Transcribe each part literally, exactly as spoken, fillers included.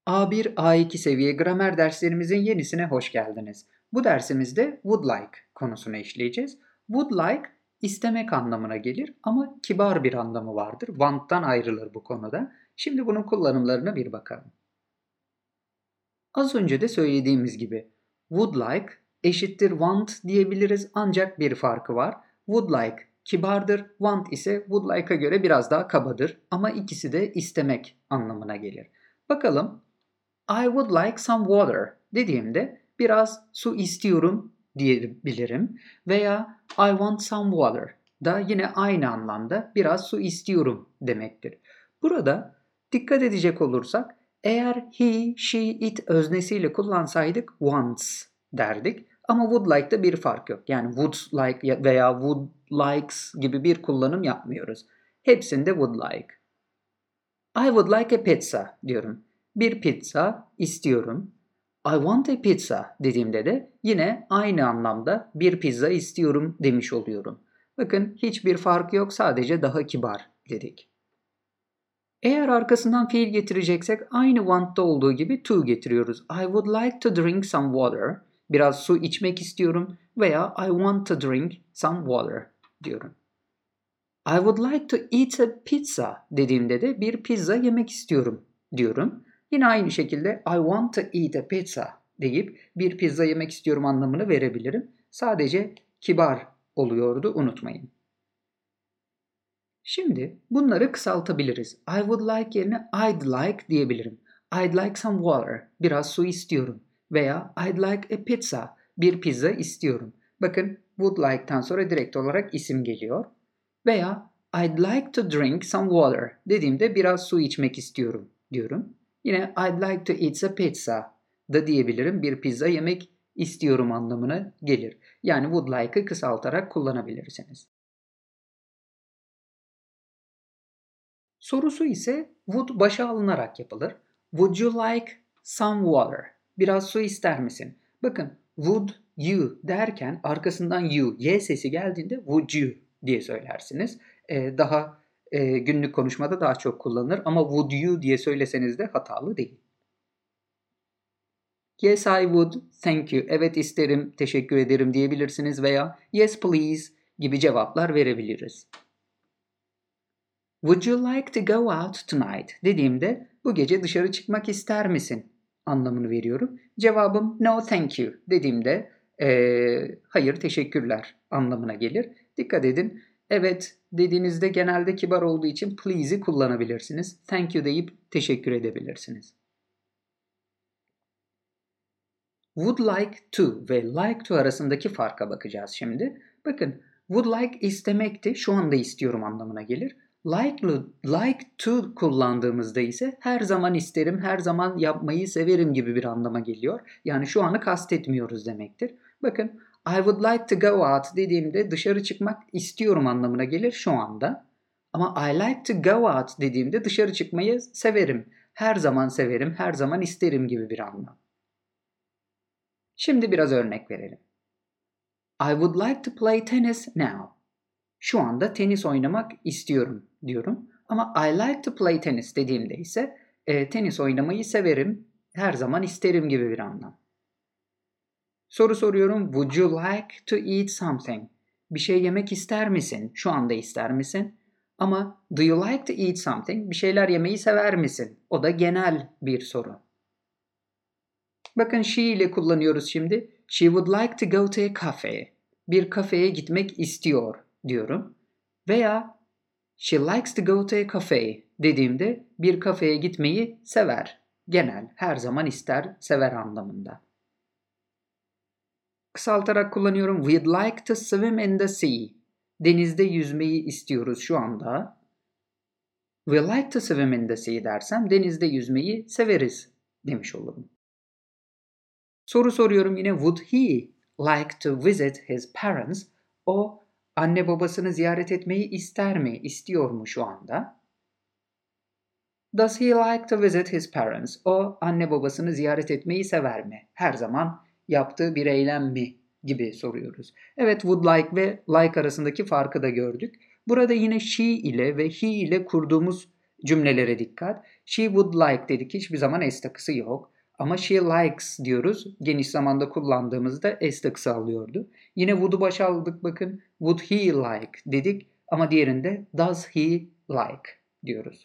A bir A iki seviye gramer derslerimizin yenisine hoş geldiniz. Bu dersimizde would like konusunu işleyeceğiz. Would like istemek anlamına gelir ama kibar bir anlamı vardır. Want'tan ayrılır bu konuda. Şimdi bunun kullanımlarına bir bakalım. Az önce de söylediğimiz gibi would like eşittir want diyebiliriz ancak bir farkı var. Would like kibardır, want ise would like'a göre biraz daha kabadır ama ikisi de istemek anlamına gelir. Bakalım. I would like some water dediğimde biraz su istiyorum diyebilirim veya I want some water da yine aynı anlamda biraz su istiyorum demektir. Burada dikkat edecek olursak eğer he, she, it öznesiyle kullansaydık wants derdik ama would like'da bir fark yok. Yani would like veya would likes gibi bir kullanım yapmıyoruz. Hepsinde would like. I would like a pizza diyorum. Bir pizza istiyorum. I want a pizza dediğimde de yine aynı anlamda bir pizza istiyorum demiş oluyorum. Bakın hiçbir fark yok, sadece daha kibar dedik. Eğer arkasından fiil getireceksek aynı want'ta olduğu gibi to getiriyoruz. I would like to drink some water. Biraz su içmek istiyorum veya I want to drink some water diyorum. I would like to eat a pizza dediğimde de bir pizza yemek istiyorum diyorum. Yine aynı şekilde I want to eat a pizza deyip bir pizza yemek istiyorum anlamını verebilirim. Sadece kibar oluyordu, unutmayın. Şimdi bunları kısaltabiliriz. I would like yerine I'd like diyebilirim. I'd like some water. Biraz su istiyorum. Veya I'd like a pizza. Bir pizza istiyorum. Bakın would like'tan sonra direkt olarak isim geliyor. Veya I'd like to drink some water dediğimde biraz su içmek istiyorum diyorum. Yine I'd like to eat a pizza da diyebilirim. Bir pizza yemek istiyorum anlamına gelir. Yani would like'ı kısaltarak kullanabilirsiniz. Sorusu ise would başa alınarak yapılır. Would you like some water? Biraz su ister misin? Bakın would you derken arkasından you, y sesi geldiğinde would you diye söylersiniz. Ee, daha e, günlük konuşmada daha çok kullanılır ama would you diye söyleseniz de hatalı değil. Yes I would, thank you, evet isterim, teşekkür ederim diyebilirsiniz veya yes please gibi cevaplar verebiliriz. Would you like to go out tonight dediğimde bu gece dışarı çıkmak ister misin anlamını veriyorum. Cevabım no thank you dediğimde ee, hayır teşekkürler anlamına gelir. Dikkat edin, evet dediğinizde genelde kibar olduğu için please'i kullanabilirsiniz. Thank you deyip teşekkür edebilirsiniz. Would like to ve like to arasındaki farka bakacağız şimdi. Bakın would like istemekti, şu anda istiyorum anlamına gelir. Like, like to kullandığımızda ise her zaman isterim, her zaman yapmayı severim gibi bir anlama geliyor. Yani şu anı kastetmiyoruz demektir. Bakın I would like to go out dediğimde dışarı çıkmak istiyorum anlamına gelir şu anda. Ama I like to go out dediğimde dışarı çıkmayı severim, her zaman severim, her zaman isterim gibi bir anlam. Şimdi biraz örnek verelim. I would like to play tennis now. Şu anda tenis oynamak istiyorum diyorum. Ama I like to play tennis dediğimde ise e, tenis oynamayı severim, her zaman isterim gibi bir anlam. Soru soruyorum. Would you like to eat something? Bir şey yemek ister misin? Şu anda ister misin? Ama do you like to eat something? Bir şeyler yemeyi sever misin? O da genel bir soru. Bakın she ile kullanıyoruz şimdi. She would like to go to a cafe. Bir kafeye gitmek istiyor diyorum. Veya she likes to go to a cafe dediğimde bir kafeye gitmeyi sever. Genel, her zaman ister, sever anlamında. Kısaltarak kullanıyorum. We'd like to swim in the sea. Denizde yüzmeyi istiyoruz şu anda. We like to swim in the sea dersem denizde yüzmeyi severiz demiş olurum. Soru soruyorum yine. Would he like to visit his parents? O anne babasını ziyaret etmeyi ister mi? İstiyor mu şu anda? Does he like to visit his parents? O anne babasını ziyaret etmeyi sever mi? Her zaman yaptığı bir eylem mi? Gibi soruyoruz. Evet, would like ve like arasındaki farkı da gördük. Burada yine she ile ve he ile kurduğumuz Cümlelere dikkat. She would like dedik. Hiçbir zaman s takısı yok. Ama she likes diyoruz. Geniş zamanda kullandığımızda s takısı alıyordu. Yine would'u başa aldık bakın. Would he like dedik. Ama diğerinde does he like diyoruz.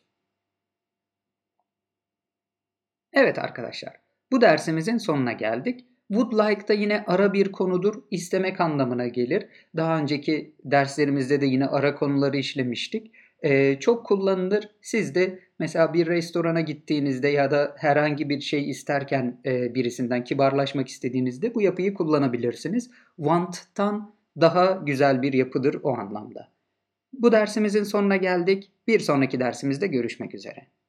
Evet arkadaşlar. Bu dersimizin sonuna geldik. Would like da yine ara bir konudur. İstemek anlamına gelir. Daha önceki derslerimizde de yine ara konuları işlemiştik. Ee, çok kullanılır. Siz de mesela bir restorana gittiğinizde ya da herhangi bir şey isterken e, birisinden kibarlaşmak istediğinizde bu yapıyı kullanabilirsiniz. Want'tan daha güzel bir yapıdır o anlamda. Bu dersimizin sonuna geldik. Bir sonraki dersimizde görüşmek üzere.